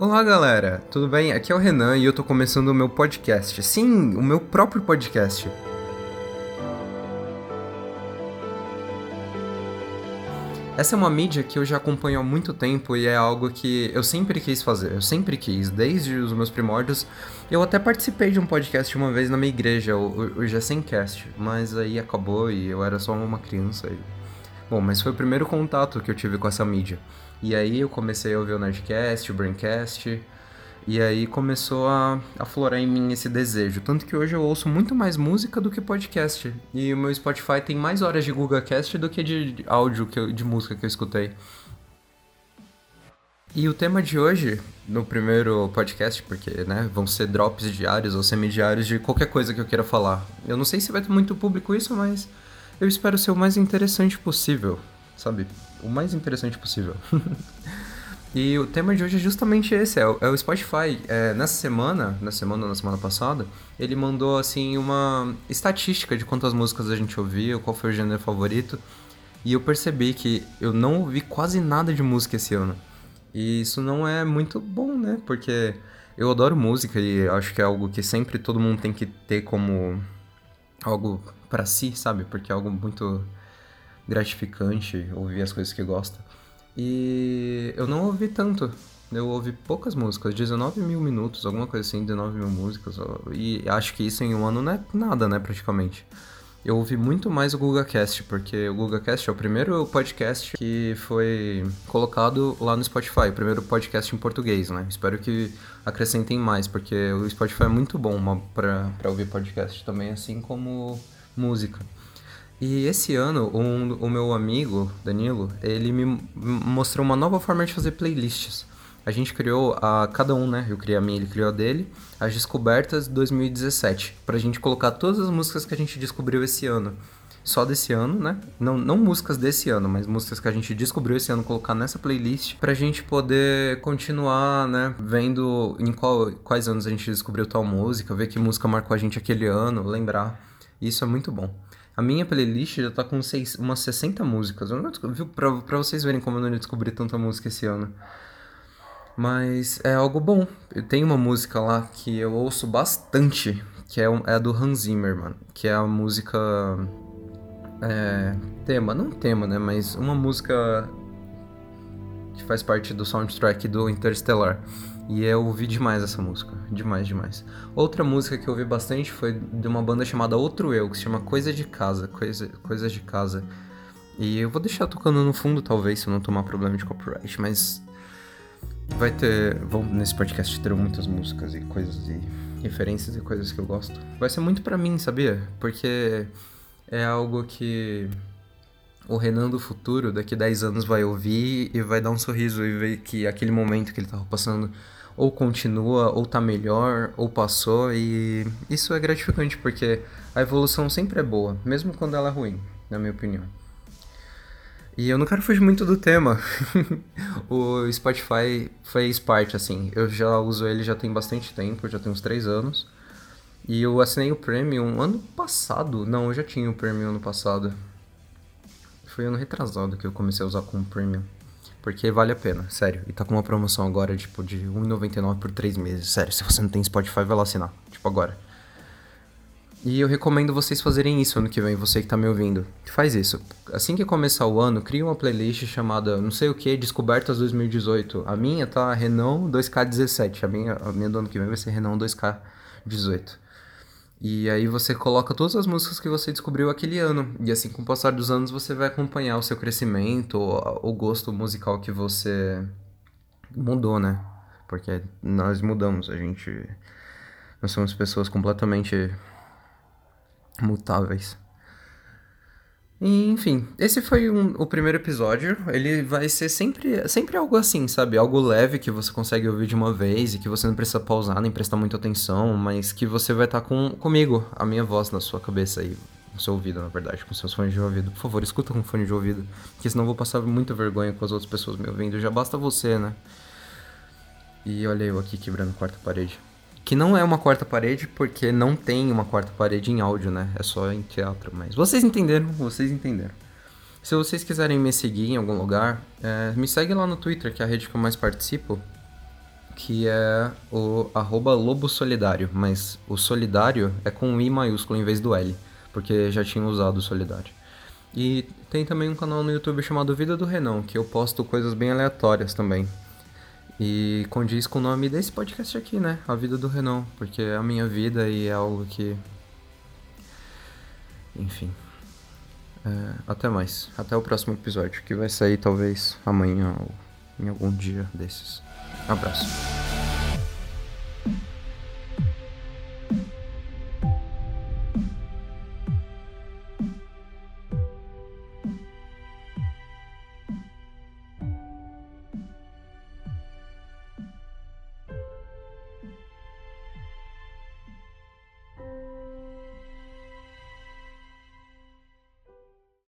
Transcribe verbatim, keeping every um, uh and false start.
Olá galera, tudo bem? Aqui é o Renan e eu tô começando o meu podcast. Sim, o meu próprio podcast. Essa é uma mídia que eu já acompanho há muito tempo e é algo que eu sempre quis fazer. Eu sempre quis, desde os meus primórdios. Eu até participei de um podcast uma vez na minha igreja, o, o Gessencast, mas aí acabou e eu era só uma criança. E... Bom, mas foi o primeiro contato que eu tive com essa mídia. E aí eu comecei a ouvir o Nerdcast, o Braincast. E aí começou a aflorar em mim esse desejo. Tanto que hoje eu ouço muito mais música do que podcast. E o meu Spotify tem mais horas de GugaCast do que de áudio, que eu, de música que eu escutei. E o tema de hoje, no primeiro podcast, porque né, vão ser drops diários ou semidiários de qualquer coisa que eu queira falar. Eu não sei se vai ter muito público isso, mas eu espero ser o mais interessante possível, sabe? O mais interessante possível. E o tema de hoje é justamente esse, é o, é o Spotify. É, nessa semana, na semana ou na semana passada, ele mandou assim uma estatística de quantas músicas a gente ouvia, qual foi o gênero favorito. E eu percebi que eu não ouvi quase nada de música esse ano. E isso não é muito bom, né? Porque eu adoro música e acho que é algo que sempre todo mundo tem que ter como algo pra si, sabe? Porque é algo muito gratificante ouvir as coisas que gosta. E eu não ouvi tanto. Eu ouvi poucas músicas, dezenove mil minutos, alguma coisa assim, dezenove mil músicas. E acho que isso em um ano não é nada, né, praticamente. Eu ouvi muito mais o GugaCast, porque o GugaCast é o primeiro podcast que foi colocado lá no Spotify, o primeiro podcast em português, né? Espero que acrescentem mais, porque o Spotify é muito bom pra, pra ouvir podcast também, assim como música. E esse ano, um, o meu amigo, Danilo, ele me mostrou uma nova forma de fazer playlists. A gente criou, a cada um, né? Eu criei a minha, ele criou a dele, as Descobertas de dois mil e dezessete. Pra gente colocar todas as músicas que a gente descobriu esse ano. Só desse ano, né? Não, não músicas desse ano, mas músicas que a gente descobriu esse ano, colocar nessa playlist pra gente poder continuar, né? Vendo em qual, quais anos a gente descobriu tal música, ver que música marcou a gente aquele ano, lembrar. Isso é muito bom. A minha playlist já tá com seis, umas sessenta músicas. Eu não descobri, pra, pra vocês verem como eu não descobri tanta música esse ano. Mas é algo bom. Tem uma música lá que eu ouço bastante, que é, é a do Hans Zimmer, mano. Que é a música... É, tema, não tema, né? Mas uma música que faz parte do soundtrack do Interstellar. E eu ouvi demais essa música. Demais, demais. Outra música que eu ouvi bastante foi de uma banda chamada Outro Eu, que se chama Coisa de Casa. Coisa, Coisas de Casa. E eu vou deixar tocando no fundo, talvez, se eu não tomar problema de copyright, mas... Vai ter... Vão nesse podcast ter muitas músicas e coisas e referências e coisas que eu gosto. Vai ser muito pra mim, sabia? Porque é algo que... o Renan do futuro, daqui dez anos, vai ouvir e vai dar um sorriso e ver que aquele momento que ele tava passando ou continua, ou tá melhor, ou passou, e isso é gratificante, porque a evolução sempre é boa, mesmo quando ela é ruim, na minha opinião. E eu não quero fugir muito do tema. O Spotify fez parte, assim, eu já uso ele já tem bastante tempo, já tem uns três anos, e eu assinei o Premium ano passado, não, eu já tinha o Premium ano passado. Foi ano retrasado que eu comecei a usar como Premium. Porque vale a pena, sério. E tá com uma promoção agora, tipo, de um real e noventa e nove por três meses. Sério, se você não tem Spotify, vai lá assinar. Tipo, agora. E eu recomendo vocês fazerem isso ano que vem, você que tá me ouvindo. Faz isso. Assim que começar o ano, cria uma playlist chamada, não sei o que, Descobertas dois mil e dezoito. A minha tá Renan dois K dezessete. A minha, a minha do ano que vem vai ser Renan dois K dezoito. E aí você coloca todas as músicas que você descobriu aquele ano. E assim, com o passar dos anos, você vai acompanhar o seu crescimento, o gosto musical que você mudou, né? Porque nós mudamos, a gente... Nós somos pessoas completamente mutáveis. E, enfim, esse foi um, o primeiro episódio. Ele vai ser sempre, sempre algo assim, sabe? Algo leve que você consegue ouvir de uma vez e que você não precisa pausar nem prestar muita atenção, mas que você vai estar com, comigo, a minha voz na sua cabeça aí, no seu ouvido, na verdade, com seus fones de ouvido. Por favor, escuta com fone de ouvido, porque senão eu vou passar muita vergonha com as outras pessoas me ouvindo. Já basta você, né? E olha eu aqui quebrando a quarta parede. Que não é uma quarta parede, porque não tem uma quarta parede em áudio, né? É só em teatro, mas... Vocês entenderam, vocês entenderam. Se vocês quiserem me seguir em algum lugar, é, me segue lá no Twitter, que é a rede que eu mais participo. que é o arroba Lobo Solidário, mas o Solidário é com um I maiúsculo em vez do L, porque já tinha usado o Solidário. E tem também um canal no YouTube chamado Vida do Renan, que eu posto coisas bem aleatórias também. E condiz com o nome desse podcast aqui, né? A Vida do Renan, porque é a minha vida e é algo que... Enfim. É, até mais. Até o próximo episódio, que vai sair talvez amanhã ou em algum dia desses. Abraço.